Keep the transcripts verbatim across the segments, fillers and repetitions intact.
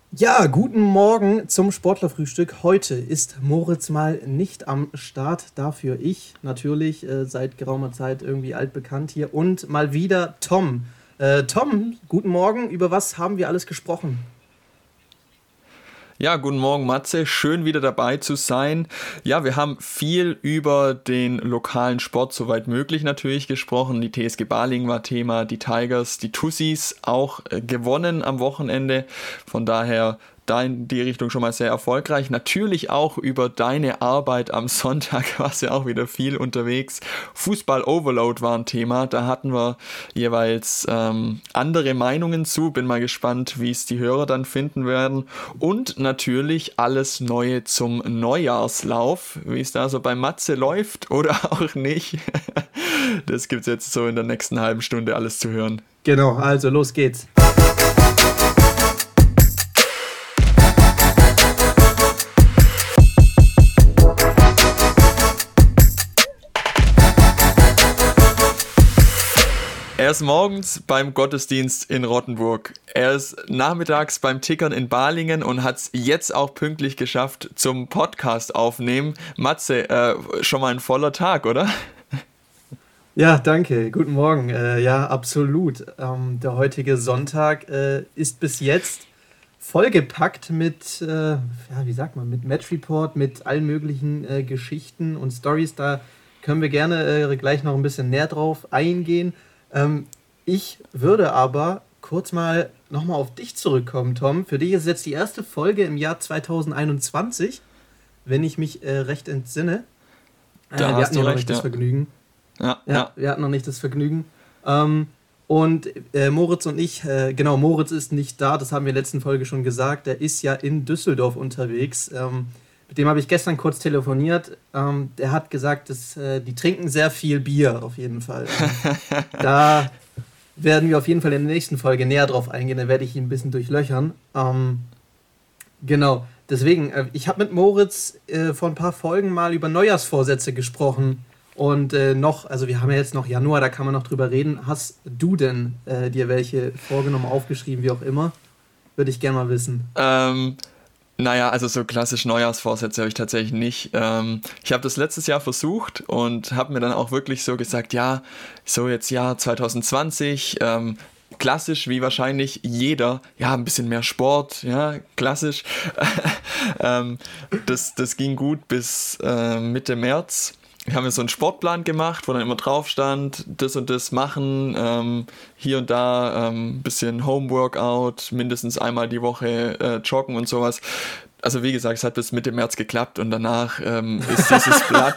Ja, guten Morgen zum Sportlerfrühstück. Heute ist Moritz mal nicht am Start, dafür ich natürlich äh, seit geraumer Zeit irgendwie altbekannt hier und mal wieder Tom. Äh, Tom, guten Morgen. Über was haben wir alles gesprochen? Ja, guten Morgen Matze, schön wieder dabei zu sein. Ja, wir haben viel über den lokalen Sport soweit möglich natürlich gesprochen. Die T S G Balingen war Thema, die Tigers, die Tussis auch äh, gewonnen am Wochenende. Von daher da in die Richtung schon mal sehr erfolgreich. Natürlich auch über deine Arbeit am Sonntag warst ja auch wieder viel unterwegs. Fußball Overload war ein Thema, da hatten wir jeweils ähm, andere Meinungen zu. Bin mal gespannt, wie es die Hörer dann finden werden. Und natürlich alles Neue zum Neujahrslauf, wie es da so bei Matze läuft oder auch nicht. Das gibt es jetzt so in der nächsten halben Stunde alles zu hören. Genau, also los geht's. Er ist morgens beim Gottesdienst in Rottenburg. Er ist nachmittags beim Tickern in Balingen und hat es jetzt auch pünktlich geschafft zum Podcast aufnehmen. Matze, äh, schon mal ein voller Tag, oder? Ja, danke. Guten Morgen. Äh, ja, absolut. Ähm, der heutige Sonntag äh, ist bis jetzt vollgepackt mit, äh, ja, wie sagt man, mit Match Report, mit allen möglichen äh, Geschichten und Stories. Da können wir gerne äh, gleich noch ein bisschen näher drauf eingehen. Ähm, ich würde aber kurz mal nochmal auf dich zurückkommen, Tom. Für dich ist jetzt die erste Folge im Jahr zwanzig einundzwanzig, wenn ich mich äh, recht entsinne. Äh, Da wir hast hatten du ja noch recht, nicht das ja. Vergnügen. Ja, Ja, ja. wir hatten noch nicht das Vergnügen. Ähm, und äh, Moritz und ich, äh, genau, Moritz ist nicht da, das haben wir in der letzten Folge schon gesagt. Der ist ja in Düsseldorf unterwegs. Ähm, mit dem habe ich gestern kurz telefoniert. Ähm, der hat gesagt, dass, äh, die trinken sehr viel Bier auf jeden Fall. Ähm, da werden wir auf jeden Fall in der nächsten Folge näher drauf eingehen. Da werde ich ihn ein bisschen durchlöchern. Ähm, genau, deswegen, äh, ich habe mit Moritz äh, vor ein paar Folgen mal über Neujahrsvorsätze gesprochen. Und äh, noch, also wir haben ja jetzt noch Januar, da kann man noch drüber reden. Hast du denn äh, dir welche vorgenommen, aufgeschrieben, wie auch immer? Würde ich gerne mal wissen. Ähm, Naja, also so klassisch Neujahrsvorsätze habe ich tatsächlich nicht. Ähm, ich habe das letztes Jahr versucht und habe mir dann auch wirklich so gesagt, ja, so jetzt Jahr zwanzig zwanzig, ähm, klassisch wie wahrscheinlich jeder, ja, ein bisschen mehr Sport, ja, klassisch. ähm, das, das ging gut bis äh, Mitte März. Ich habe mir so einen Sportplan gemacht, wo dann immer drauf stand, das und das machen, ähm, hier und da ein ähm, bisschen Homeworkout, mindestens einmal die Woche äh, joggen und sowas. Also wie gesagt, es hat bis Mitte März geklappt und danach ähm, ist dieses Blatt,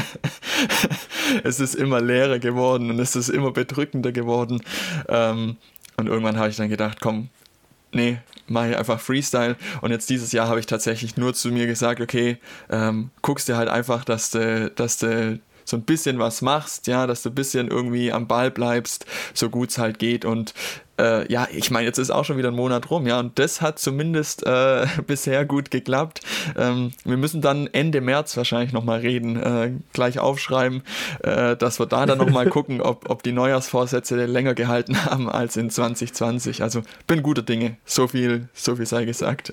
es ist immer leerer geworden und es ist immer bedrückender geworden. Ähm, und irgendwann habe ich dann gedacht, komm, nee, mache ich einfach Freestyle. Und jetzt dieses Jahr habe ich tatsächlich nur zu mir gesagt, okay, ähm, guckst dir halt einfach, dass du, dass du so ein bisschen was machst, ja, dass du ein bisschen irgendwie am Ball bleibst, so gut es halt geht. Und äh, ja, ich meine, jetzt ist auch schon wieder ein Monat rum, ja, und das hat zumindest äh, bisher gut geklappt. Ähm, wir müssen dann Ende März wahrscheinlich nochmal reden, äh, gleich aufschreiben, äh, dass wir da dann nochmal gucken, ob, ob die Neujahrsvorsätze länger gehalten haben als in zwanzig zwanzig. Also bin guter Dinge, so viel, so viel sei gesagt.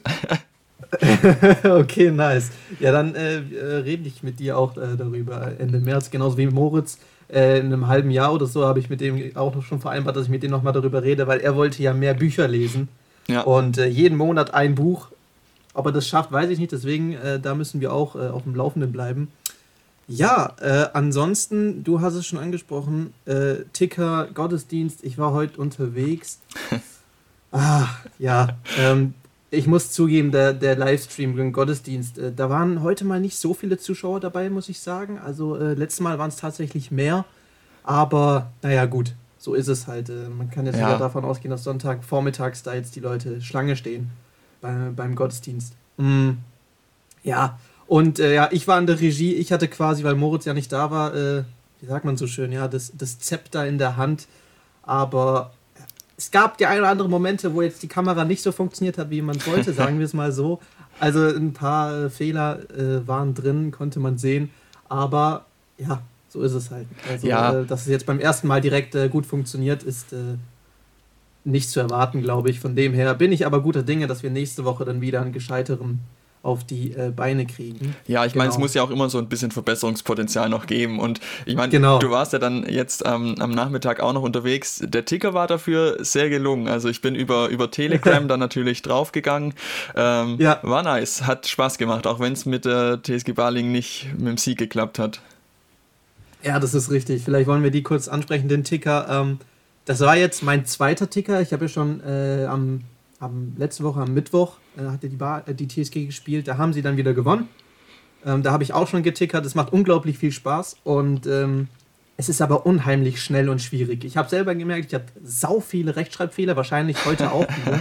Okay, nice. Ja, dann äh, äh, rede ich mit dir auch äh, darüber Ende März, genauso wie Moritz. Äh, in einem halben Jahr oder so habe ich mit dem auch noch schon vereinbart, dass ich mit dem nochmal darüber rede, weil er wollte ja mehr Bücher lesen. Ja, Und äh, jeden Monat ein Buch. Ob er das schafft, weiß ich nicht. Deswegen, äh, da müssen wir auch äh, auf dem Laufenden bleiben. Ja, äh, ansonsten, du hast es schon angesprochen, äh, Ticker, Gottesdienst, ich war heute unterwegs. Ah, ja, ähm, ich muss zugeben, der, der Livestream im Gottesdienst, äh, da waren heute mal nicht so viele Zuschauer dabei, muss ich sagen. Also äh, letztes Mal waren es tatsächlich mehr, aber naja, gut, so ist es halt. Äh, man kann jetzt wieder ja, davon ausgehen, dass Sonntag vormittags da jetzt die Leute Schlange stehen bei, beim Gottesdienst. Mm, ja, und äh, ja, ich war in der Regie, ich hatte quasi, weil Moritz ja nicht da war, äh, wie sagt man so schön, ja, das, das Zepter in der Hand, aber es gab die ein oder andere Momente, wo jetzt die Kamera nicht so funktioniert hat, wie man wollte, sagen wir es mal so. Also ein paar äh, Fehler äh, waren drin, konnte man sehen. Aber ja, so ist es halt. Also, ja. äh, dass es jetzt beim ersten Mal direkt äh, gut funktioniert, ist, äh, nicht zu erwarten, glaube ich. Von dem her bin ich aber guter Dinge, dass wir nächste Woche dann wieder einen gescheiteren auf die äh, Beine kriegen. Ja, ich genau. meine, es muss ja auch immer so ein bisschen Verbesserungspotenzial noch geben. Und ich meine, genau. du warst ja dann jetzt ähm, am Nachmittag auch noch unterwegs. Der Ticker war dafür sehr gelungen. Also ich bin über, über Telegram dann natürlich draufgegangen. Ähm, ja. War nice, hat Spaß gemacht, auch wenn es mit der T S G Balingen nicht mit dem Sieg geklappt hat. Ja, das ist richtig. Vielleicht wollen wir die kurz ansprechen, den Ticker. Ähm, das war jetzt mein zweiter Ticker. Ich habe ja schon äh, am, am letzte Woche am Mittwoch äh, hat ja die, Bar, äh, die T S G gespielt. Da haben sie dann wieder gewonnen. Ähm, da habe ich auch schon getickert. Es macht unglaublich viel Spaß und ähm, es ist aber unheimlich schnell und schwierig. Ich habe selber gemerkt, ich habe sau viele Rechtschreibfehler, wahrscheinlich heute auch wieder.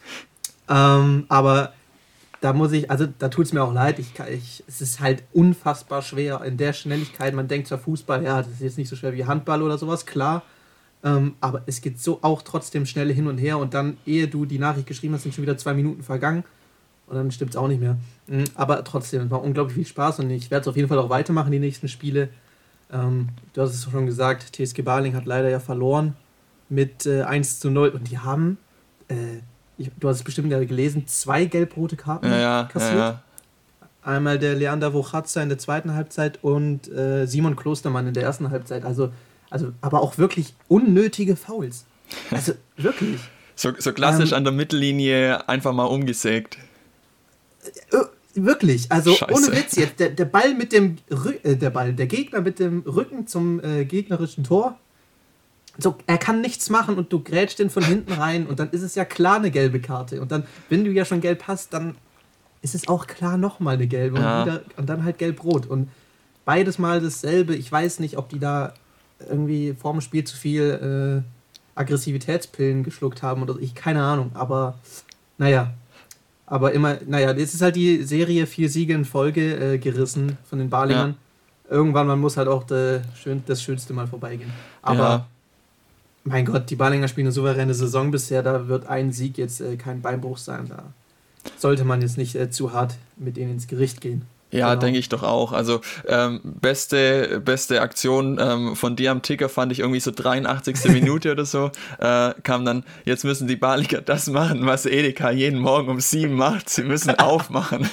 ähm, aber da muss ich, also da tut es mir auch leid. Ich, ich, es ist halt unfassbar schwer in der Schnelligkeit. Man denkt zwar Fußball, ja, das ist jetzt nicht so schwer wie Handball oder sowas, klar. Ähm, aber es geht so auch trotzdem schnell hin und her und dann, ehe du die Nachricht geschrieben hast, sind schon wieder zwei Minuten vergangen und dann stimmt es auch nicht mehr. Mhm, aber trotzdem, es war unglaublich viel Spaß und ich werde es auf jeden Fall auch weitermachen, die nächsten Spiele. Ähm, du hast es schon gesagt, T S G Balingen hat leider ja verloren mit äh, eins zu null und die haben, äh, ich, du hast es bestimmt gerade gelesen, zwei gelb-rote Karten ja, ja, kassiert. Ja, ja. Einmal der Leander Vochatza in der zweiten Halbzeit und äh, Simon Klostermann in der ersten Halbzeit. Also Also, aber auch wirklich unnötige Fouls. Also, wirklich. So, so klassisch ähm, an der Mittellinie einfach mal umgesägt. Äh, wirklich. Also, Scheiße. Ohne Witz jetzt. Der, der Ball mit dem Rü- äh, der Ball, der Gegner mit dem Rücken zum äh, gegnerischen Tor. So, er kann nichts machen und du grätschst den von hinten rein und dann ist es ja klar eine gelbe Karte. Und dann, wenn du ja schon gelb hast, dann ist es auch klar nochmal eine gelbe ja. und, wieder, und dann halt gelb-rot. Und beides mal dasselbe. Ich weiß nicht, ob die da irgendwie vor dem Spiel zu viel äh, Aggressivitätspillen geschluckt haben oder ich, keine Ahnung, aber naja, aber immer, naja, jetzt ist halt die Serie vier Siege in Folge äh, gerissen von den Balingern. Ja. Irgendwann, man muss halt auch de, schön, das Schönste mal vorbeigehen. Aber ja. Mein Gott, die Balinger spielen eine souveräne Saison bisher, da wird ein Sieg jetzt äh, kein Beinbruch sein, da sollte man jetzt nicht äh, zu hart mit denen ins Gericht gehen. Ja, genau. Denke ich doch auch. Also ähm, beste, beste Aktion ähm, von dir am Ticker fand ich irgendwie so dreiundachtzigste Minute oder so, äh, kam dann, jetzt müssen die Balinger das machen, was Edeka jeden Morgen um sieben macht, sie müssen aufmachen.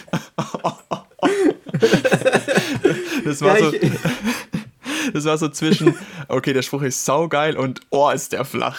Das war ja, so... Ich, Das war so zwischen, okay, der Spruch ist saugeil und oh, ist der flach.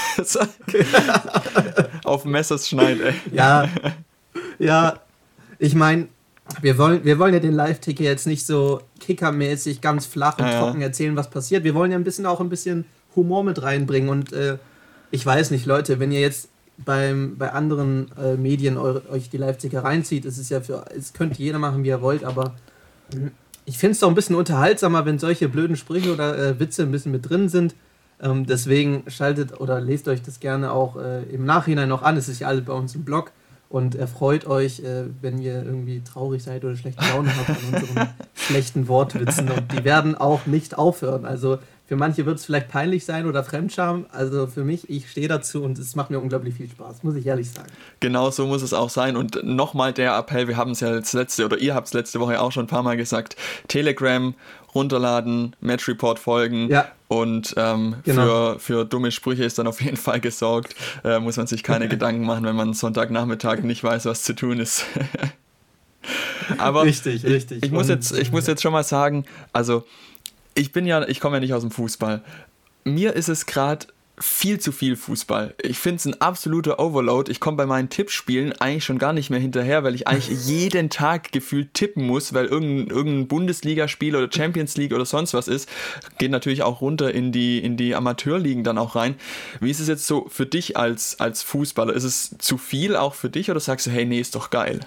Auf Messers Schneid, ey. Ja, ja, ich meine, wir wollen, wir wollen ja den Live-Ticker jetzt nicht so kickermäßig ganz flach und ja, trocken erzählen, was passiert. Wir wollen ja ein bisschen auch ein bisschen Humor mit reinbringen und äh, ich weiß nicht, Leute, wenn ihr jetzt beim, bei anderen äh, Medien eure, euch die Live-Ticker reinzieht, es ist ja für, es könnt jeder machen, wie er wollt, aber mh, ich finde es doch ein bisschen unterhaltsamer, wenn solche blöden Sprüche oder äh, Witze ein bisschen mit drin sind. Ähm, deswegen schaltet oder lest euch das gerne auch äh, im Nachhinein noch an. Es ist ja alles bei uns im Blog. Und erfreut euch, äh, wenn ihr irgendwie traurig seid oder schlechte Laune habt an unseren schlechten Wortwitzen. Und die werden auch nicht aufhören. Also für manche wird es vielleicht peinlich sein oder Fremdscham. Also für mich, ich stehe dazu und es macht mir unglaublich viel Spaß, muss ich ehrlich sagen. Genau so muss es auch sein. Und nochmal der Appell, wir haben es ja jetzt letzte, oder ihr habt es letzte Woche auch schon ein paar Mal gesagt, Telegram runterladen, Match Report folgen. Ja. Und ähm, genau. für, für dumme Sprüche ist dann auf jeden Fall gesorgt. Äh, muss man sich keine Gedanken machen, wenn man Sonntagnachmittag nicht weiß, was zu tun ist. Aber richtig, richtig. Ich, ich, muss jetzt, ich muss jetzt schon mal sagen, also ich bin ja, ich komme ja nicht aus dem Fußball. Mir ist es gerade viel zu viel Fußball. Ich finde es ein absoluter Overload. Ich komme bei meinen Tippspielen eigentlich schon gar nicht mehr hinterher, weil ich eigentlich jeden Tag gefühlt tippen muss, weil irgendein, irgendein Bundesligaspiel oder Champions League oder sonst was ist. Geht natürlich auch runter in die, in die Amateurligen dann auch rein. Wie ist es jetzt so für dich als, als Fußballer? Ist es zu viel auch für dich oder sagst du, hey, nee, ist doch geil?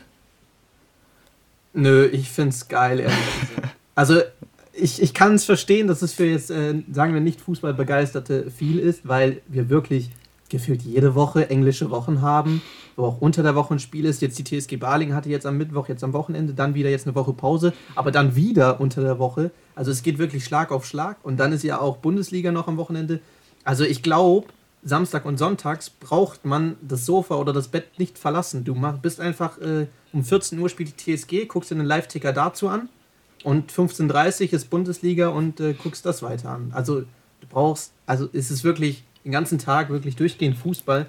Nö, ich finde es geil, ehrlich gesagt. Also Ich, ich kann es verstehen, dass es für jetzt, äh, sagen wir nicht Fußballbegeisterte viel ist, weil wir wirklich gefühlt jede Woche englische Wochen haben, wo auch unter der Woche ein Spiel ist. Jetzt die T S G Balingen hatte jetzt am Mittwoch, jetzt am Wochenende, dann wieder jetzt eine Woche Pause, aber dann wieder unter der Woche. Also es geht wirklich Schlag auf Schlag und dann ist ja auch Bundesliga noch am Wochenende. Also ich glaube, Samstag und Sonntags braucht man das Sofa oder das Bett nicht verlassen. Du mach, bist einfach, äh, um vierzehn Uhr spielt die T S G, guckst dir den Live-Ticker dazu an. Und fünfzehn Uhr dreißig ist Bundesliga und äh, guckst das weiter an. Also du brauchst, also es ist wirklich den ganzen Tag wirklich durchgehend Fußball.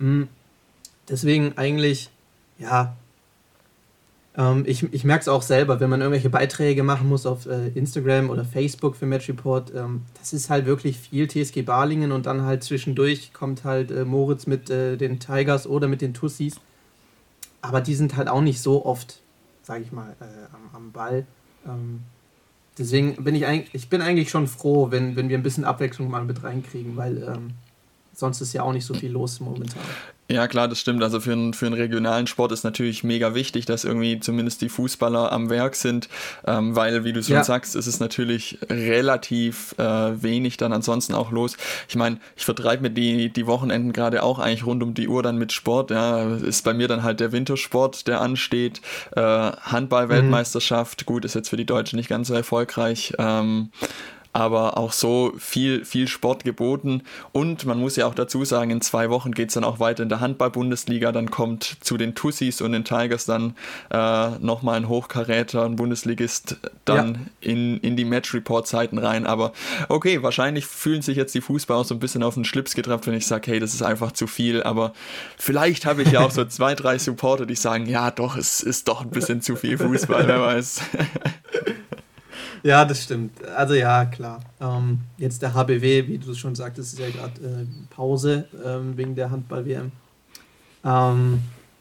Deswegen eigentlich, ja, ähm, ich, ich merke es auch selber, wenn man irgendwelche Beiträge machen muss auf äh, Instagram oder Facebook für Match Report, ähm, das ist halt wirklich viel T S G Balingen und dann halt zwischendurch kommt halt äh, Moritz mit äh, den Tigers oder mit den Tussis. Aber die sind halt auch nicht so oft, sage ich mal, äh, am, am Ball. Ähm, deswegen bin ich eigentlich, ich bin eigentlich schon froh, wenn, wenn wir ein bisschen Abwechslung mal mit reinkriegen, weil ähm, sonst ist ja auch nicht so viel los momentan. Ja, klar, das stimmt. Also für einen, für einen regionalen Sport ist natürlich mega wichtig, dass irgendwie zumindest die Fußballer am Werk sind, ähm, weil, wie du schon ja. sagst, ist es natürlich relativ äh, wenig dann ansonsten auch los. Ich meine, ich vertreibe mir die, die Wochenenden gerade auch eigentlich rund um die Uhr dann mit Sport. Ja, ist bei mir dann halt der Wintersport, der ansteht. Äh, Handball-Weltmeisterschaft, mhm. gut, ist jetzt für die Deutschen nicht ganz so erfolgreich. Ähm, aber auch so viel, viel Sport geboten. Und man muss ja auch dazu sagen, in zwei Wochen geht es dann auch weiter in der Handball-Bundesliga. Dann kommt zu den Tussis und den Tigers dann äh, nochmal ein Hochkaräter, ein Bundesligist dann ja. in, in die Match-Report-Zeiten rein. Aber okay, wahrscheinlich fühlen sich jetzt die Fußballer auch so ein bisschen auf den Schlips getrappt, wenn ich sage, hey, das ist einfach zu viel. Aber vielleicht habe ich ja auch so zwei, drei Supporter, die sagen, ja doch, es ist doch ein bisschen zu viel Fußball, wer weiß. Ja, das stimmt. Also ja, klar. Ähm, jetzt der H B W, wie du schon sagtest, ist ja gerade äh, Pause ähm, wegen der Handball-W M. Ähm,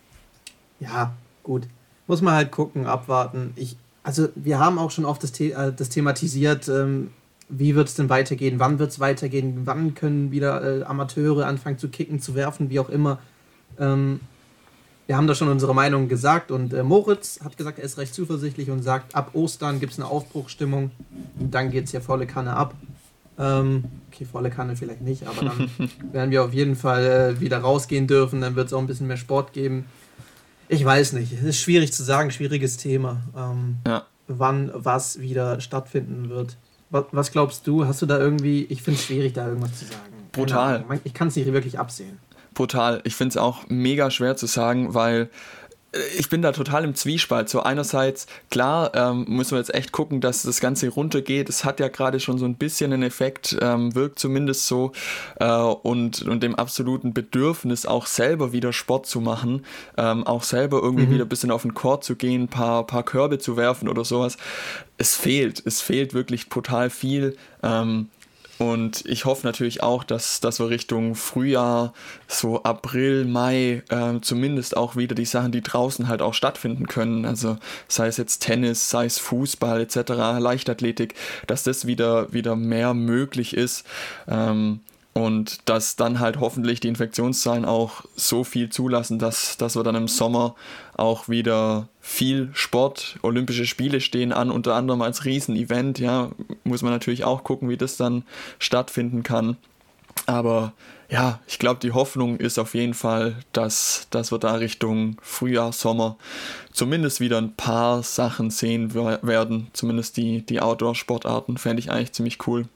ja, gut. Muss man halt gucken, abwarten. Ich, also wir haben auch schon oft das, The- äh, das thematisiert, ähm, wie wird es denn weitergehen, wann wird es weitergehen, wann können wieder äh, Amateure anfangen zu kicken, zu werfen, wie auch immer. Ähm, Wir haben da schon unsere Meinung gesagt und äh, Moritz hat gesagt, er ist recht zuversichtlich und sagt, ab Ostern gibt es eine Aufbruchsstimmung und dann geht es ja volle Kanne ab. Ähm, okay, volle Kanne vielleicht nicht, aber dann werden wir auf jeden Fall äh, wieder rausgehen dürfen, dann wird es auch ein bisschen mehr Sport geben. Ich weiß nicht, es ist schwierig zu sagen, schwieriges Thema, ähm, ja. wann was wieder stattfinden wird. Was, was glaubst du, hast du da irgendwie, ich finde es schwierig, da irgendwas zu sagen. Brutal. Ich kann es nicht wirklich absehen. Brutal. Ich finde es auch mega schwer zu sagen, weil ich bin da total im Zwiespalt. So einerseits, klar, ähm, müssen wir jetzt echt gucken, dass das Ganze runtergeht. Es hat ja gerade schon so ein bisschen einen Effekt, ähm, wirkt zumindest so. Äh, und, und dem absoluten Bedürfnis, auch selber wieder Sport zu machen, ähm, auch selber irgendwie mhm. wieder ein bisschen auf den Court zu gehen, ein paar, paar Körbe zu werfen oder sowas. Es fehlt. Es fehlt wirklich total viel. Ähm, Und ich hoffe natürlich auch, dass, dass wir Richtung Frühjahr, so April, Mai, äh, zumindest auch wieder die Sachen, die draußen halt auch stattfinden können, also sei es jetzt Tennis, sei es Fußball et cetera, Leichtathletik, dass das wieder, wieder mehr möglich ist. Ähm, Und dass dann halt hoffentlich die Infektionszahlen auch so viel zulassen, dass, dass wir dann im Sommer auch wieder viel Sport, Olympische Spiele stehen an, unter anderem als Riesenevent, ja, muss man natürlich auch gucken, wie das dann stattfinden kann. Aber ja, ich glaube, die Hoffnung ist auf jeden Fall, dass, dass wir da Richtung Frühjahr, Sommer zumindest wieder ein paar Sachen sehen werden, zumindest die, die Outdoor-Sportarten, fände ich eigentlich ziemlich cool.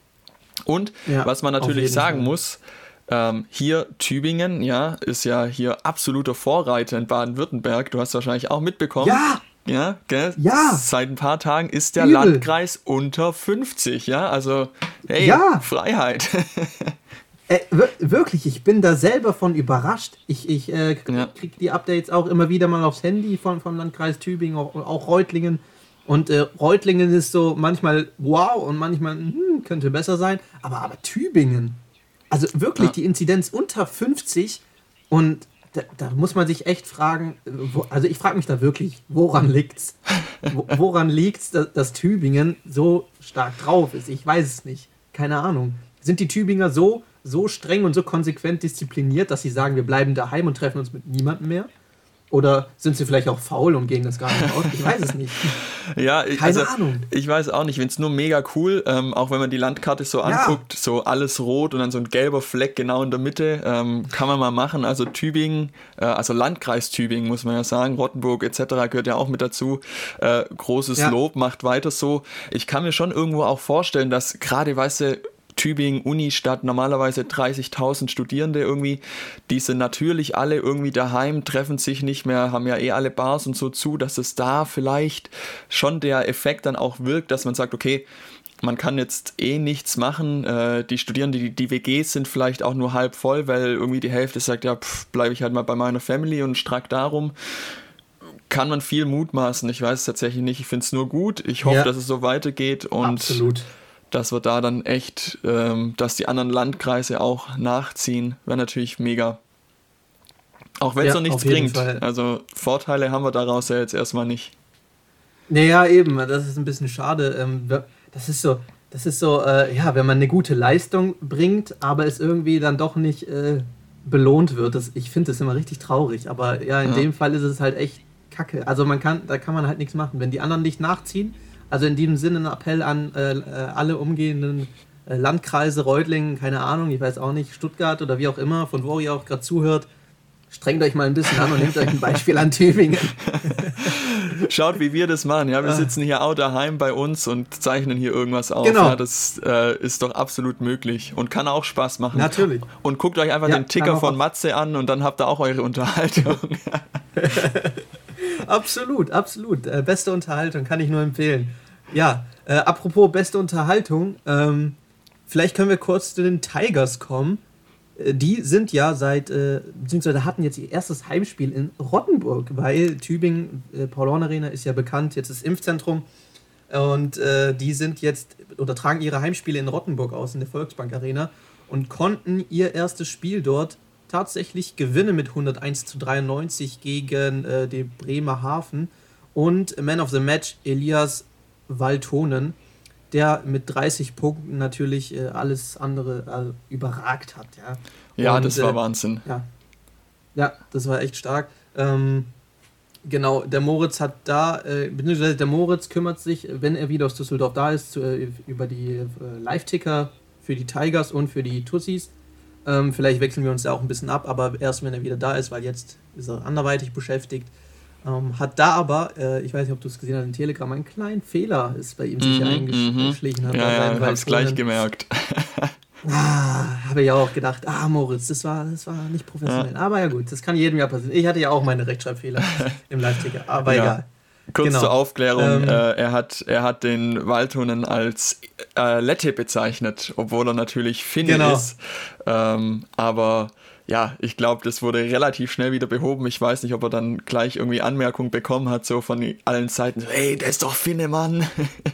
Und ja, was man natürlich sagen Fall. muss, ähm, hier Tübingen, ja, ist ja hier absoluter Vorreiter in Baden-Württemberg. Du hast wahrscheinlich auch mitbekommen. Ja! Ja, gell? Ja! Seit ein paar Tagen ist der Übel. Landkreis unter fünfzig, ja? Also, hey, ja. Freiheit. äh, wirklich, ich bin da selber von überrascht. Ich, ich äh, ja. kriege die Updates auch immer wieder mal aufs Handy von, vom Landkreis Tübingen, auch, auch Reutlingen. Und äh, Reutlingen ist so manchmal wow und manchmal hm, könnte besser sein. Aber, aber Tübingen, also wirklich ja. die Inzidenz unter fünfzig und da, da muss man sich echt fragen, wo, also ich frage mich da wirklich, woran liegt's? Wo, woran liegt's, dass, dass Tübingen so stark drauf ist? Ich weiß es nicht. Keine Ahnung. Sind die Tübinger so, so streng und so konsequent diszipliniert, dass sie sagen, wir bleiben daheim und treffen uns mit niemandem mehr? Oder sind sie vielleicht auch faul und gehen das gar nicht aus? Ich weiß es nicht. Ja, Keine also, Ahnung. Ich weiß auch nicht. Ich finde es nur mega cool, ähm, auch wenn man die Landkarte so anguckt, ja. so alles rot und dann so ein gelber Fleck genau in der Mitte, ähm, kann man mal machen. Also Tübingen, äh, also Landkreis Tübingen muss man ja sagen, Rottenburg et cetera gehört ja auch mit dazu. Äh, großes ja. Lob, macht weiter so. Ich kann mir schon irgendwo auch vorstellen, dass gerade, weißt du, Tübingen, Unistadt, normalerweise dreißigtausend Studierende irgendwie, die sind natürlich alle irgendwie daheim, treffen sich nicht mehr, haben ja eh alle Bars und so zu, dass es da vielleicht schon der Effekt dann auch wirkt, dass man sagt, okay, man kann jetzt eh nichts machen. Äh, die Studierenden, die, die W Gs sind vielleicht auch nur halb voll, weil irgendwie die Hälfte sagt, ja, bleibe ich halt mal bei meiner Family und strack darum. Kann man viel mutmaßen. Ich weiß es tatsächlich nicht. Ich finde es nur gut. Ich hoffe, ja. dass es so weitergeht und Absolut. dass wir da dann echt, ähm, dass die anderen Landkreise auch nachziehen. Wäre natürlich mega. Auch wenn es ja, noch nichts bringt. Fall. Also Vorteile haben wir daraus ja jetzt erstmal nicht. Naja, eben. Das ist ein bisschen schade. Ähm, das ist so, das ist so, äh, ja, wenn man eine gute Leistung bringt, aber es irgendwie dann doch nicht äh, belohnt wird. Das, ich finde das immer richtig traurig. Aber ja, in ja. dem Fall ist es halt echt Kacke. Also man kann, da kann man halt nichts machen. Wenn die anderen nicht nachziehen, also in diesem Sinne ein Appell an äh, alle umgehenden äh, Landkreise, Reutlingen, keine Ahnung, ich weiß auch nicht, Stuttgart oder wie auch immer, von wo ihr auch gerade zuhört, strengt euch mal ein bisschen an und nehmt euch ein Beispiel an Tübingen. Schaut, wie wir das machen. Ja, wir sitzen hier auch daheim bei uns und zeichnen hier irgendwas auf. Genau. Ja, das äh, ist doch absolut möglich und kann auch Spaß machen. Natürlich. Und guckt euch einfach ja, den Ticker von Matze an und dann habt ihr auch eure Unterhaltung. Absolut, absolut. Äh, beste Unterhaltung, kann ich nur empfehlen. Ja, äh, apropos beste Unterhaltung, ähm, vielleicht können wir kurz zu den Tigers kommen. Äh, die sind ja seit, äh, beziehungsweise hatten jetzt ihr erstes Heimspiel in Rottenburg, weil Tübingen, äh, Paul-Horn-Arena ist ja bekannt, jetzt das Impfzentrum. Und äh, die sind jetzt, oder tragen ihre Heimspiele in Rottenburg aus, in der Volksbank Arena, und konnten ihr erstes Spiel dort tatsächlich gewinnen mit hunderteins zu dreiundneunzig gegen äh, den Bremerhaven. Und Man of the Match Elias Valtonen, der mit dreißig Punkten natürlich äh, alles andere äh, überragt hat. Ja, ja und, das war äh, Wahnsinn. Ja. ja, das war echt stark. Ähm, genau, der Moritz hat da, äh, beziehungsweise der Moritz kümmert sich, wenn er wieder aus Düsseldorf da ist, zu, äh, über die äh, Live-Ticker für die Tigers und für die Tussis. Ähm, vielleicht wechseln wir uns da auch ein bisschen ab, aber erst wenn er wieder da ist, weil jetzt ist er anderweitig beschäftigt. Ähm, hat da aber, äh, ich weiß nicht, ob du es gesehen hast, in Telegram, einen kleinen Fehler ist bei ihm sich mhm, eingeschlichen. Mhm. Ja, ja, ich habe es gleich gemerkt. ah, habe ich auch gedacht, ah Moritz, das war, das war nicht professionell. Ja. Aber ja gut, das kann jedem ja passieren. Ich hatte ja auch meine Rechtschreibfehler im Live-Ticker, aber ja. egal. Kurz genau. zur Aufklärung, ähm, äh, er, hat, er hat den Valtonen als äh, Lette bezeichnet, obwohl er natürlich Finne genau. ist. Ähm, aber ja, ich glaube, das wurde relativ schnell wieder behoben. Ich weiß nicht, ob er dann gleich irgendwie Anmerkung bekommen hat, so von allen Seiten, hey, der ist doch Finne, Mann.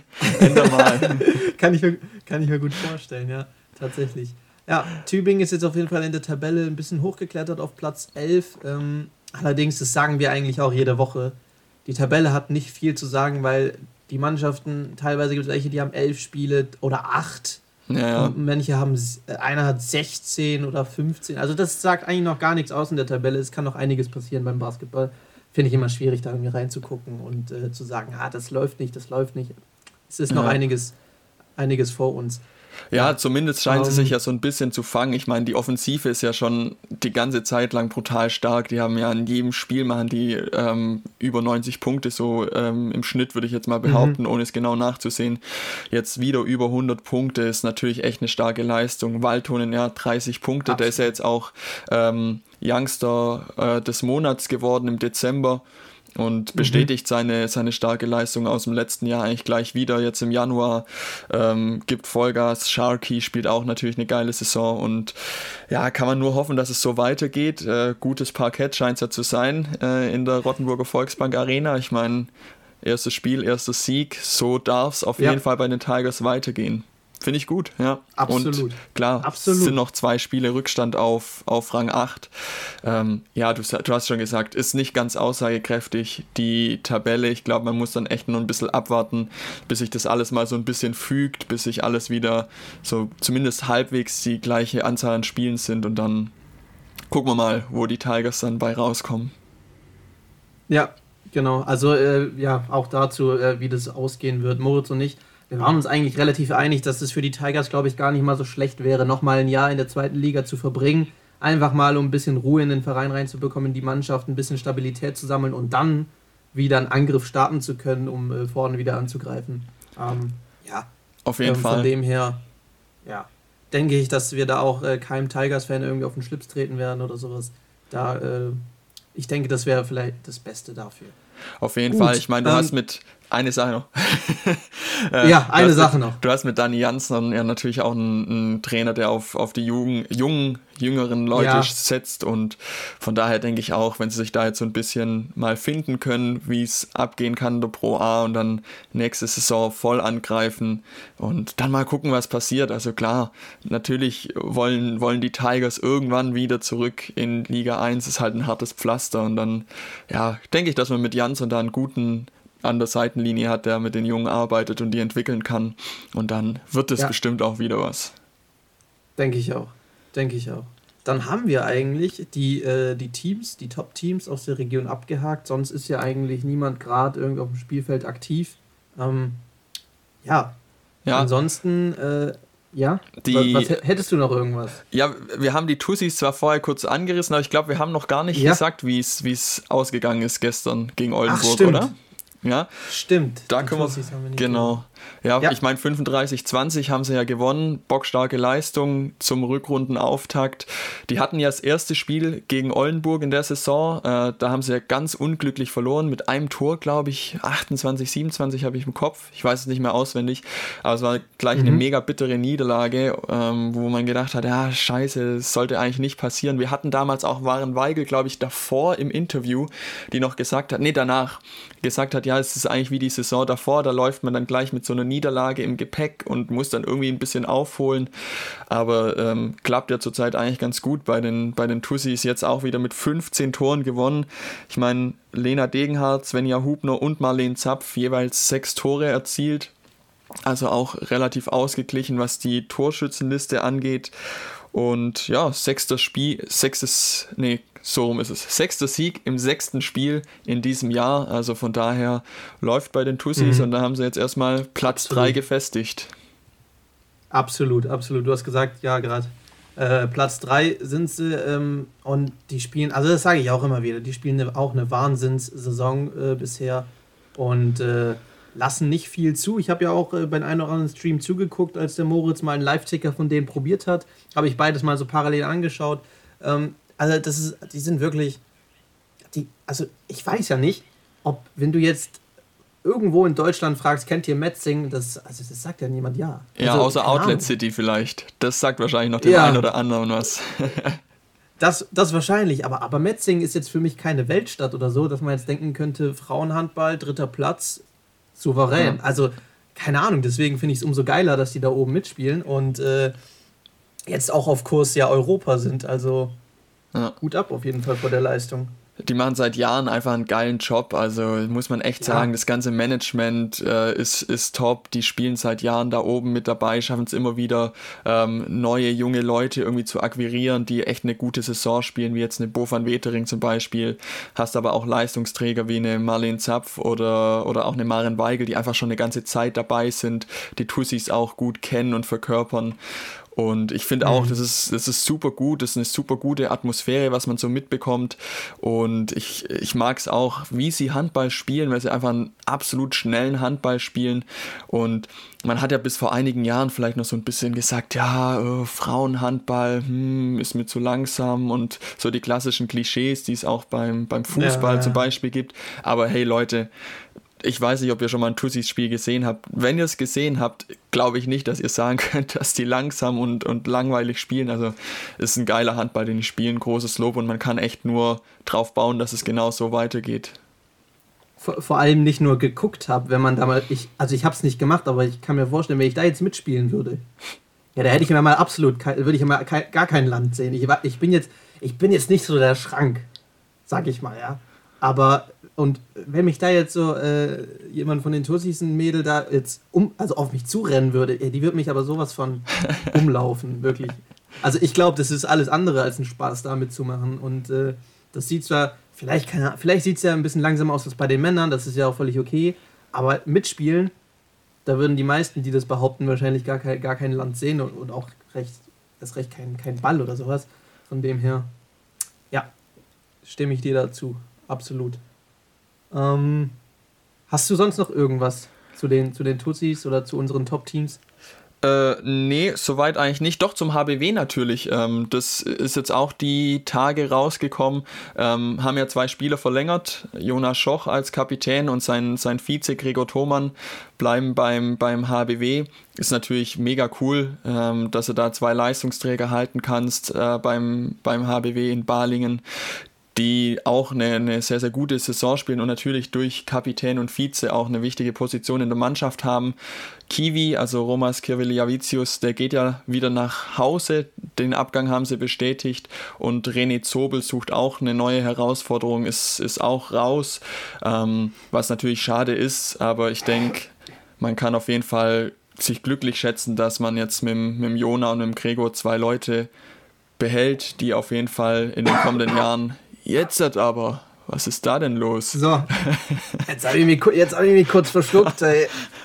Änder mal. kann, ich mir, kann ich mir gut vorstellen, ja, tatsächlich. Ja, Tübingen ist jetzt auf jeden Fall in der Tabelle ein bisschen hochgeklettert auf Platz elf. Ähm, allerdings, das sagen wir eigentlich auch jede Woche, die Tabelle hat nicht viel zu sagen, weil die Mannschaften, teilweise gibt es welche, die haben elf Spiele oder acht. Ja, ja. Und manche haben, einer hat sechzehn oder fünfzehn. Also das sagt eigentlich noch gar nichts aus in der Tabelle. Es kann noch einiges passieren beim Basketball. Finde ich immer schwierig, da irgendwie reinzugucken und äh, zu sagen, ah, das läuft nicht, das läuft nicht. Es ist noch ja. einiges, einiges vor uns. Ja, zumindest scheint um, sie sich ja so ein bisschen zu fangen. Ich meine, die Offensive ist ja schon die ganze Zeit lang brutal stark. Die haben ja in jedem Spiel machen die ähm, über neunzig Punkte, so ähm, im Schnitt würde ich jetzt mal behaupten, mhm. ohne es genau nachzusehen. Jetzt wieder über hundert Punkte ist natürlich echt eine starke Leistung. Valtonen, ja, dreißig Punkte. Absolut. Der ist ja jetzt auch ähm, Youngster äh, des Monats geworden im Dezember. Und bestätigt mhm. seine, seine starke Leistung aus dem letzten Jahr eigentlich gleich wieder. Jetzt im Januar ähm, gibt Vollgas. Sharky spielt auch natürlich eine geile Saison. Und ja, kann man nur hoffen, dass es so weitergeht. Äh, gutes Parkett scheint es ja zu sein äh, in der Rottenburger Volksbank Arena. Ich meine, erstes Spiel, erster Sieg. So darf es auf ja. jeden Fall bei den Tigers weitergehen. Finde ich gut, ja. Absolut. Und klar, Absolut. Es sind noch zwei Spiele Rückstand auf, auf Rang acht. Ähm, ja, du, du hast schon gesagt, ist nicht ganz aussagekräftig, die Tabelle. Ich glaube, man muss dann echt noch ein bisschen abwarten, bis sich das alles mal so ein bisschen fügt, bis sich alles wieder so zumindest halbwegs die gleiche Anzahl an Spielen sind und dann gucken wir mal, wo die Tigers dann bei rauskommen. Ja, genau. Also, äh, ja, auch dazu, äh, wie das ausgehen wird. Moritz und ich, wir waren uns eigentlich relativ einig, dass es für die Tigers, glaube ich, gar nicht mal so schlecht wäre, nochmal ein Jahr in der zweiten Liga zu verbringen. Einfach mal, um ein bisschen Ruhe in den Verein reinzubekommen, die Mannschaft ein bisschen Stabilität zu sammeln und dann wieder einen Angriff starten zu können, um äh, vorne wieder anzugreifen. Ähm, ja, auf jeden ähm, Fall. Von dem her, ja, denke ich, dass wir da auch äh, keinem Tigers-Fan irgendwie auf den Schlips treten werden oder sowas. Da, äh, ich denke, das wäre vielleicht das Beste dafür. Auf jeden Gut, Fall. Ich meine, du ähm, hast mit eine Sache noch. äh, ja, eine Sache mit, noch. Du hast mit Dani Janssen ja natürlich auch einen, einen Trainer, der auf, auf die jungen, jungen, jüngeren Leute Ja. setzt und von daher denke ich auch, wenn sie sich da jetzt so ein bisschen mal finden können, wie es abgehen kann in der Pro A und dann nächste Saison voll angreifen und dann mal gucken, was passiert. Also klar, natürlich wollen, wollen die Tigers irgendwann wieder zurück in Liga eins, ist halt ein hartes Pflaster und dann, ja, denke ich, dass man mit Janssen da einen guten an der Seitenlinie hat, der mit den Jungen arbeitet und die entwickeln kann. Und dann wird es Ja. bestimmt auch wieder was. Denke ich auch. Denke ich auch. Dann haben wir eigentlich die, äh, die Teams, die Top-Teams aus der Region abgehakt. Sonst ist ja eigentlich niemand gerade irgendwie auf dem Spielfeld aktiv. Ähm, ja. Ja. Ansonsten, äh, ja. Die, was, was hättest du noch irgendwas? Ja, wir haben die Tussis zwar vorher kurz angerissen, aber ich glaube, wir haben noch gar nicht Ja. gesagt, wie es ausgegangen ist gestern gegen Oldenburg, Ach, stimmt. oder? Ja, Stimmt. da die können wir, Tussis haben wir nicht genau. Ja, Ja. ich meine fünfunddreißig zwanzig haben sie ja gewonnen, bockstarke Leistung zum Rückrundenauftakt. Die hatten ja das erste Spiel gegen Oldenburg in der Saison, äh, da haben sie ja ganz unglücklich verloren, mit einem Tor, glaube ich, achtundzwanzig, siebenundzwanzig habe ich im Kopf, ich weiß es nicht mehr auswendig, aber es war gleich eine Mhm. mega bittere Niederlage, ähm, wo man gedacht hat, ja scheiße, das sollte eigentlich nicht passieren. Wir hatten damals auch Maren Weigel, glaube ich, davor im Interview, die noch gesagt hat, nee, danach, gesagt hat, ja, es ist eigentlich wie die Saison davor, da läuft man dann gleich mit so einer Niederlage im Gepäck und muss dann irgendwie ein bisschen aufholen, aber ähm, klappt ja zurzeit eigentlich ganz gut bei den, bei den Tussis, jetzt auch wieder mit fünfzehn Toren gewonnen. Ich meine, Lena Degenhardt, Svenja Hubner und Marlene Zapf jeweils sechs Tore erzielt, also auch relativ ausgeglichen, was die Torschützenliste angeht. Und ja, sechster Spiel, sechstes, nee, so rum ist es. Sechster Sieg im sechsten Spiel in diesem Jahr. Also von daher läuft bei den Tussis Mhm. und da haben sie jetzt erstmal Platz Absolut. drei gefestigt. Absolut, absolut. Du hast gesagt, ja, gerade. Äh, Platz drei sind sie ähm, und die spielen, also das sage ich auch immer wieder, die spielen eine, auch eine Wahnsinnssaison äh, bisher und äh, lassen nicht viel zu. Ich habe ja auch äh, bei einem oder anderen Stream zugeguckt, als der Moritz mal einen Live-Ticker von denen probiert hat. Habe ich beides mal so parallel angeschaut. Ähm, also das ist, die sind wirklich, die, also ich weiß ja nicht, ob, wenn du jetzt irgendwo in Deutschland fragst, kennt ihr Metzing, das, also das sagt ja niemand ja. Ja, Also, außer keine Outlet Ahnung. City vielleicht. Das sagt wahrscheinlich noch dem Ja. einen oder anderen was. Das, das wahrscheinlich, aber, aber Metzing ist jetzt für mich keine Weltstadt oder so, dass man jetzt denken könnte, Frauenhandball, dritter Platz, souverän. Ja. Also, keine Ahnung, deswegen finde ich es umso geiler, dass die da oben mitspielen und äh, jetzt auch auf Kurs ja Europa sind. Also, Ja. Hut ab auf jeden Fall vor der Leistung. Die machen seit Jahren einfach einen geilen Job, also muss man echt Ja. sagen, das ganze Management äh, ist, ist top, die spielen seit Jahren da oben mit dabei, schaffen es immer wieder, ähm, neue junge Leute irgendwie zu akquirieren, die echt eine gute Saison spielen, wie jetzt eine Bo van Wetering zum Beispiel, hast aber auch Leistungsträger wie eine Marlene Zapf oder, oder auch eine Maren Weigel, die einfach schon eine ganze Zeit dabei sind, die Tussis auch gut kennen und verkörpern. Und ich finde auch, Mhm. das ist, das ist super gut, das ist eine super gute Atmosphäre, was man so mitbekommt. Und ich, ich mag es auch, wie sie Handball spielen, weil sie einfach einen absolut schnellen Handball spielen. Und man hat ja bis vor einigen Jahren vielleicht noch so ein bisschen gesagt, ja, äh, Frauenhandball hm, ist mir zu langsam und so die klassischen Klischees, die es auch beim, beim Fußball Ja. zum Beispiel gibt. Aber hey Leute, ich weiß nicht, ob ihr schon mal ein Tussis-Spiel gesehen habt. Wenn ihr es gesehen habt, glaube ich nicht, dass ihr sagen könnt, dass die langsam und, und langweilig spielen. Also es ist ein geiler Handball, den die spielen, großes Lob und man kann echt nur drauf bauen, dass es genau so weitergeht. Vor, vor allem nicht nur geguckt habe, wenn man da mal, ich, also ich habe es nicht gemacht, aber ich kann mir vorstellen, wenn ich da jetzt mitspielen würde, ja, da hätte ich mir mal absolut, kein, würde ich mal kein, gar kein Land sehen. Ich, war- ich bin jetzt, ich bin jetzt nicht so der Schrank, sag ich mal, ja. Aber, und wenn mich da jetzt so äh, jemand von den Tussis, ein Mädel da jetzt um, also auf mich zurennen würde, ey, die würde mich aber sowas von umlaufen, wirklich. Also ich glaube, das ist alles andere als ein Spaß, da mitzumachen. Und äh, das sieht zwar, vielleicht, keine Ahnung, vielleicht sieht es ja ein bisschen langsamer aus als bei den Männern, das ist ja auch völlig okay, aber mitspielen, da würden die meisten, die das behaupten, wahrscheinlich gar kein, gar kein Land sehen und, und auch recht, erst recht kein, kein Ball oder sowas. Von dem her, ja, stimme ich dir dazu. Absolut. Ähm, hast du sonst noch irgendwas zu den, zu den Tussis oder zu unseren Top-Teams? Äh, nee, soweit eigentlich nicht. Doch, zum H B W natürlich. Ähm, das ist jetzt auch die Tage rausgekommen. Ähm, haben ja zwei Spieler verlängert. Jonas Schoch als Kapitän und sein, sein Vize Gregor Thomann bleiben beim, beim H B W. Ist natürlich mega cool, ähm, dass du da zwei Leistungsträger halten kannst äh, beim, beim H B W in Balingen, die auch eine, eine sehr, sehr gute Saison spielen und natürlich durch Kapitän und Vize auch eine wichtige Position in der Mannschaft haben. Kiwi, also Romas Kirveliavicius, der geht ja wieder nach Hause, den Abgang haben sie bestätigt, und René Zobel sucht auch eine neue Herausforderung, ist, ist auch raus, ähm, was natürlich schade ist, aber ich denke, man kann auf jeden Fall sich glücklich schätzen, dass man jetzt mit, mit dem Jona und mit dem Gregor zwei Leute behält, die auf jeden Fall in den kommenden Jahren. Jetzt aber, was ist da denn los? So, jetzt habe ich, mich, hab ich mich kurz verschluckt. Ey.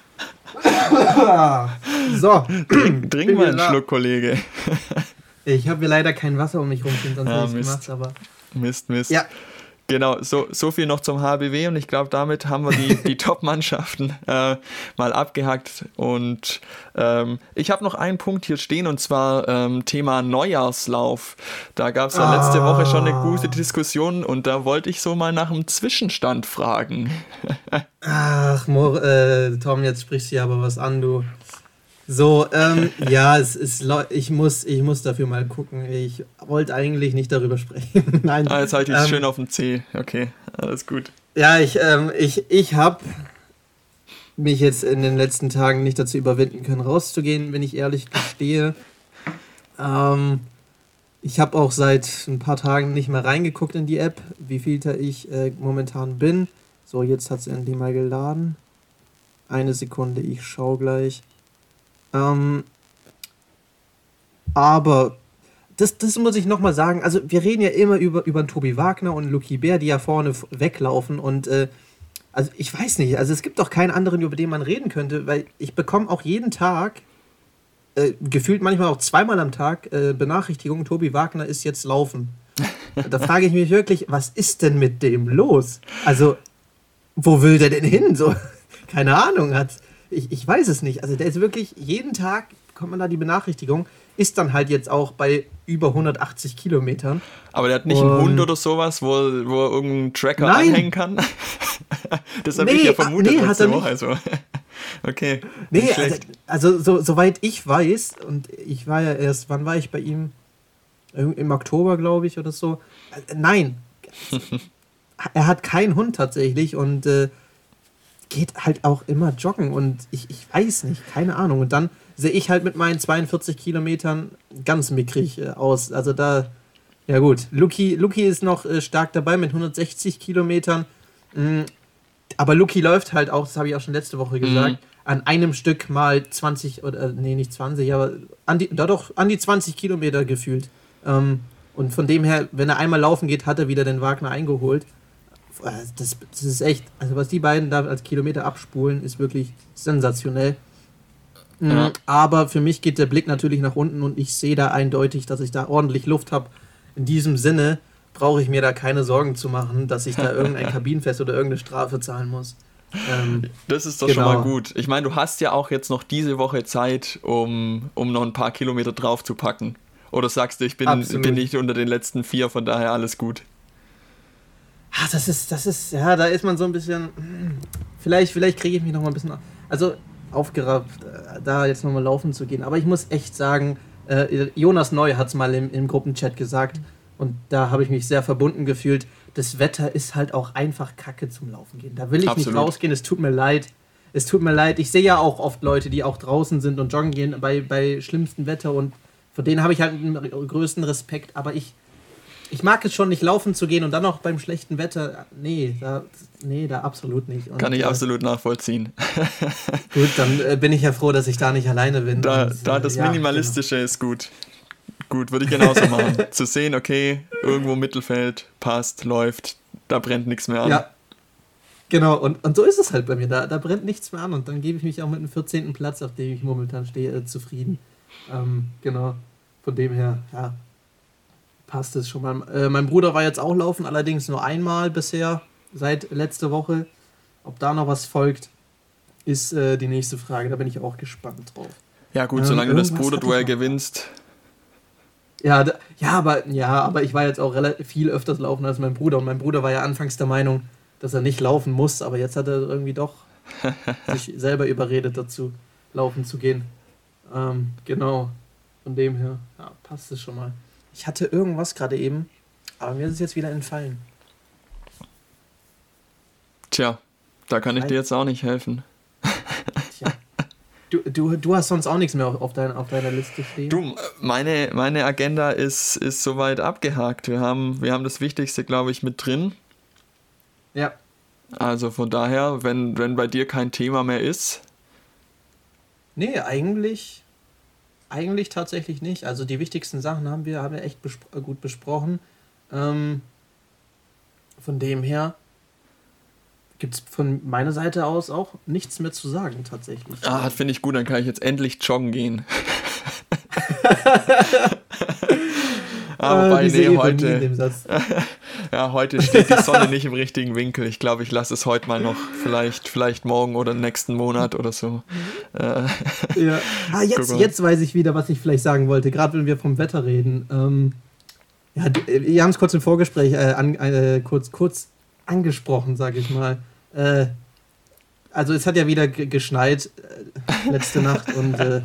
So, trink, trink mal einen Schluck, Kollege. Ich habe hier leider kein Wasser um mich rumstehen, sonst ah, hätte ich es gemacht. Aber Mist, Mist. Ja. Genau, so, so viel noch zum H B W und ich glaube, damit haben wir die, die Top-Mannschaften äh, mal abgehackt und ähm, ich habe noch einen Punkt hier stehen und zwar ähm, Thema Neujahrslauf. Da gab es ja ah. letzte Woche schon eine gute Diskussion und da wollte ich so mal nach einem Zwischenstand fragen. Ach, Mor äh, Tom, jetzt sprichst du ja aber was an, du. So, ähm, ja, es ist, ich muss, ich muss dafür mal gucken. Ich wollte eigentlich nicht darüber sprechen. Nein. Ah, jetzt halte ich es ähm, schön auf dem C. Okay, alles gut. Ja, ich, ähm, ich, ich habe mich jetzt in den letzten Tagen nicht dazu überwinden können, rauszugehen, wenn ich ehrlich gestehe. Ähm, ich habe auch seit ein paar Tagen nicht mehr reingeguckt in die App, wie vielter ich äh, momentan bin. So, jetzt hat es endlich mal geladen. Eine Sekunde, ich schaue gleich. Ähm, aber das, das muss ich nochmal sagen, also wir reden ja immer über, über Tobi Wagner und Lucky Bär, die ja vorne f- weglaufen und äh, also ich weiß nicht, also es gibt doch keinen anderen, über den man reden könnte, weil ich bekomme auch jeden Tag, äh, gefühlt manchmal auch zweimal am Tag, äh, Benachrichtigungen, Tobi Wagner ist jetzt laufen. Da frage ich mich wirklich, was ist denn mit dem los? Also, wo will der denn hin? So, keine Ahnung, hat... Ich, ich weiß es nicht. Also der ist wirklich, jeden Tag bekommt man da die Benachrichtigung, ist dann halt jetzt auch bei über hundertachtzig Kilometern. Aber der hat nicht und einen Hund oder sowas, wo, wo er irgendeinen Tracker Nein. anhängen kann? Das habe nee, ich ja vermutet nee, letzte Woche. Also. Okay. Nee, also, also so, soweit ich weiß, und ich war ja erst, wann war ich bei ihm? Im Oktober, glaube ich, oder so. Nein. Er hat keinen Hund tatsächlich und äh, geht halt auch immer joggen und ich, ich weiß nicht, keine Ahnung. Und dann sehe ich halt mit meinen zweiundvierzig Kilometern ganz mickrig äh, aus. Also da, ja gut, Luki, Luki ist noch äh, stark dabei mit hundertsechzig Kilometern. Mhm. Aber Luki läuft halt auch, das habe ich auch schon letzte Woche gesagt, mhm. an einem Stück mal zwanzig, oder nee, nicht zwanzig, aber an die, da doch an die zwanzig Kilometer gefühlt. Ähm, und von dem her, wenn er einmal laufen geht, hat er wieder den Wagner eingeholt. Das, das ist echt, also was die beiden da als Kilometer abspulen, ist wirklich sensationell. Ja. Aber für mich geht der Blick natürlich nach unten und ich sehe da eindeutig, dass ich da ordentlich Luft habe. In diesem Sinne brauche ich mir da keine Sorgen zu machen, dass ich da irgendein Kabinenfest oder irgendeine Strafe zahlen muss. Ähm, das ist doch genau. schon mal gut. Ich meine, du hast ja auch jetzt noch diese Woche Zeit, um, um noch ein paar Kilometer drauf zu packen. Oder sagst du, ich bin, bin nicht unter den letzten vier, von daher alles gut. Ah, das ist, das ist, ja, da ist man so ein bisschen, vielleicht, vielleicht kriege ich mich noch mal ein bisschen, also aufgerafft, da jetzt noch mal laufen zu gehen. Aber ich muss echt sagen, äh, Jonas Neu hat es mal im, im Gruppenchat gesagt und da habe ich mich sehr verbunden gefühlt. Das Wetter ist halt auch einfach Kacke zum Laufen gehen. Da will ich Absolut. nicht rausgehen, es tut mir leid. Es tut mir leid, ich sehe ja auch oft Leute, die auch draußen sind und joggen gehen bei, bei schlimmstem Wetter und vor denen habe ich halt einen größten Respekt, aber ich Ich mag es schon nicht, laufen zu gehen und dann noch beim schlechten Wetter. Nee, da, nee, da absolut nicht. Und, Kann ich äh, absolut nachvollziehen. Gut, dann äh, bin ich ja froh, dass ich da nicht alleine bin. Da, und, da das ja, Minimalistische genau. ist gut. Gut, würde ich genauso machen. Zu sehen, okay, irgendwo Mittelfeld, passt, läuft, da brennt nichts mehr an. Ja, genau. Und, und so ist es halt bei mir. Da, da brennt nichts mehr an und dann gebe ich mich auch mit dem vierzehnten Platz, auf dem ich momentan stehe, äh, zufrieden. Ähm, genau. Von dem her, ja. Passt es schon mal. Äh, mein Bruder war jetzt auch laufen, allerdings nur einmal bisher, seit letzter Woche. Ob da noch was folgt, ist äh, die nächste Frage. Da bin ich auch gespannt drauf. Ja gut, solange ähm, du das Bruderduell gewinnst. Ja, da, ja, aber, ja, aber ich war jetzt auch relativ viel öfters laufen als mein Bruder. Und mein Bruder war ja anfangs der Meinung, dass er nicht laufen muss, aber jetzt hat er irgendwie doch sich selber überredet dazu, laufen zu gehen. Ähm, genau, von dem her, ja, passt es schon mal. Ich hatte irgendwas gerade eben, aber mir ist es jetzt wieder entfallen. Tja, da kann ich dir jetzt auch nicht helfen. Tja. Du, du, du hast sonst auch nichts mehr auf, dein, auf deiner Liste stehen? Du, meine, meine Agenda ist, ist soweit abgehakt. Wir haben, wir haben das Wichtigste, glaube ich, mit drin. Ja. Also von daher, wenn, wenn bei dir kein Thema mehr ist. Nee, eigentlich, eigentlich tatsächlich nicht. Also die wichtigsten Sachen haben wir, haben wir echt bespro- gut besprochen. Ähm, von dem her gibt es von meiner Seite aus auch nichts mehr zu sagen, tatsächlich. Ah, finde ich gut, dann kann ich jetzt endlich joggen gehen. Aber ah, nee, heute, ja, heute steht die Sonne nicht im richtigen Winkel. Ich glaube, ich lasse es heute mal noch, vielleicht, vielleicht morgen oder nächsten Monat oder so. Äh, ja. Ah, jetzt, jetzt weiß ich wieder, was ich vielleicht sagen wollte, gerade wenn wir vom Wetter reden. Ähm, ja, wir haben es kurz im Vorgespräch äh, an, äh, kurz, kurz angesprochen, sage ich mal. Äh, also es hat ja wieder g- geschneit äh, letzte Nacht und äh,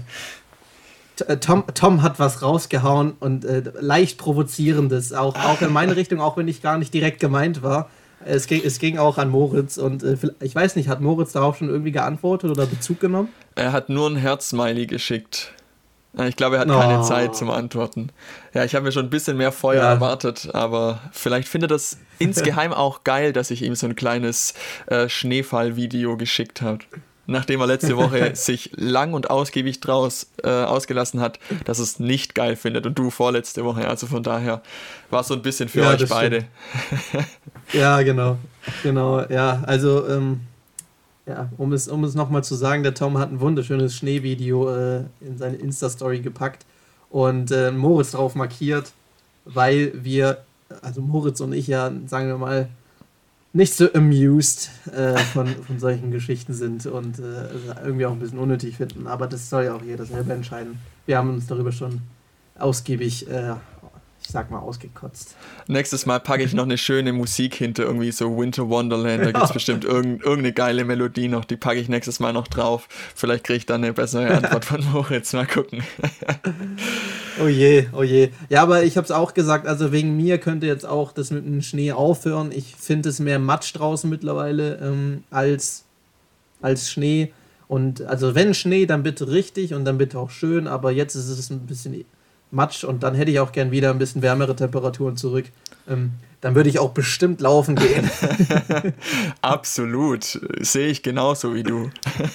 Tom, Tom hat was rausgehauen und äh, leicht Provozierendes, auch, auch in meine Richtung, auch wenn ich gar nicht direkt gemeint war. Es ging, es ging auch an Moritz und äh, ich weiß nicht, hat Moritz darauf schon irgendwie geantwortet oder Bezug genommen? Er hat nur ein Herz-Smiley geschickt. Ich glaube, er hat oh. keine Zeit zum Antworten. Ja, ich habe mir schon ein bisschen mehr Feuer ja. erwartet, aber vielleicht findet er das insgeheim auch geil, dass ich ihm so ein kleines äh, Schneefall-Video geschickt habe. Nachdem er letzte Woche sich lang und ausgiebig draus äh, ausgelassen hat, dass er es nicht geil findet und du vorletzte Woche. Also von daher war es so ein bisschen für ja, euch beide. Ja, genau. Genau, ja. Also, ähm, ja, um es, um es nochmal zu sagen, der Tom hat ein wunderschönes Schneevideo äh, in seine Insta-Story gepackt und äh, Moritz drauf markiert, weil wir, also Moritz und ich ja, sagen wir mal, nicht so amused äh, von, von solchen Geschichten sind und äh, irgendwie auch ein bisschen unnötig finden. Aber das soll ja auch jeder selber entscheiden. Wir haben uns darüber schon ausgiebig, äh, ich sag mal, ausgekotzt. Nächstes Mal packe ich noch eine schöne Musik hinter, irgendwie so Winter Wonderland. Da gibt es bestimmt irgend, irgendeine geile Melodie noch, die packe ich nächstes Mal noch drauf. Vielleicht kriege ich dann eine bessere Antwort von Moritz. Mal gucken. Oh je, oh je. Ja, aber ich habe es auch gesagt, also wegen mir könnte jetzt auch das mit dem Schnee aufhören. Ich finde es mehr Matsch draußen mittlerweile ähm, als, als Schnee. Und also wenn Schnee, dann bitte richtig und dann bitte auch schön. Aber jetzt ist es ein bisschen Matsch und dann hätte ich auch gern wieder ein bisschen wärmere Temperaturen zurück. Ähm, dann würde ich auch bestimmt laufen gehen. Absolut. Sehe ich genauso wie du.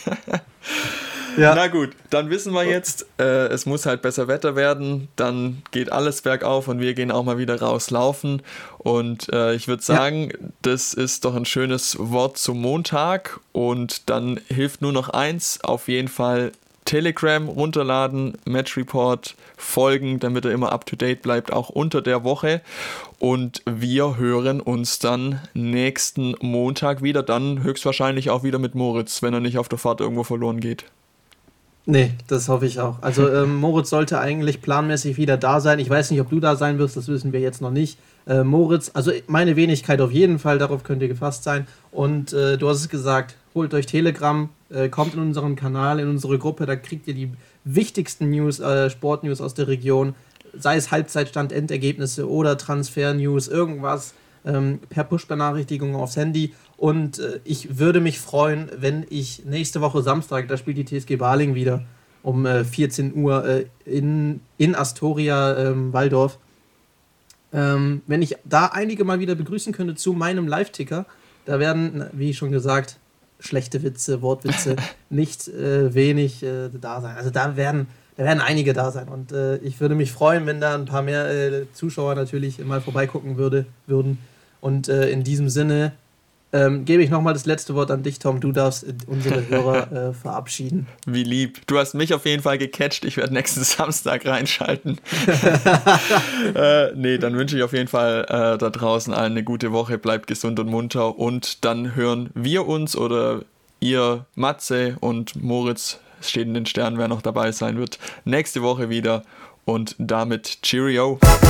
Ja. Na gut, dann wissen wir jetzt, äh, es muss halt besser Wetter werden, dann geht alles bergauf und wir gehen auch mal wieder rauslaufen und äh, ich würde sagen, ja. das ist doch ein schönes Wort zum Montag und dann hilft nur noch eins, auf jeden Fall Telegram runterladen, Match Report folgen, damit er immer up to date bleibt, auch unter der Woche und wir hören uns dann nächsten Montag wieder, dann höchstwahrscheinlich auch wieder mit Moritz, wenn er nicht auf der Fahrt irgendwo verloren geht. Nee, das hoffe ich auch. Also ähm, Moritz sollte eigentlich planmäßig wieder da sein. Ich weiß nicht, ob du da sein wirst, das wissen wir jetzt noch nicht. Äh, Moritz, also meine Wenigkeit auf jeden Fall, darauf könnt ihr gefasst sein. Und äh, du hast es gesagt, holt euch Telegram, äh, kommt in unseren Kanal, in unsere Gruppe, da kriegt ihr die wichtigsten News, äh, Sportnews aus der Region, sei es Halbzeitstand, Endergebnisse oder Transfer-News, irgendwas, ähm, per Push-Benachrichtigung aufs Handy. Und äh, ich würde mich freuen, wenn ich nächste Woche Samstag, da spielt die T S G Baling wieder um äh, vierzehn Uhr äh, in, in Astoria, ähm, Waldorf. Ähm, wenn ich da einige mal wieder begrüßen könnte zu meinem Live-Ticker, da werden, wie schon gesagt, schlechte Witze, Wortwitze nicht äh, wenig äh, da sein. Also da werden, da werden einige da sein. Und äh, ich würde mich freuen, wenn da ein paar mehr äh, Zuschauer natürlich mal vorbeigucken würde, würden. Und äh, in diesem Sinne ähm, gebe ich nochmal das letzte Wort an dich, Tom. Du darfst unsere Hörer äh, verabschieden. Wie lieb. Du hast mich auf jeden Fall gecatcht. Ich werde nächsten Samstag reinschalten. äh, nee, dann wünsche ich auf jeden Fall äh, da draußen allen eine gute Woche. Bleibt gesund und munter. Und dann hören wir uns oder ihr, Matze und Moritz, Es steht in den Sternen, wer noch dabei sein wird. Nächste Woche wieder und damit Cheerio.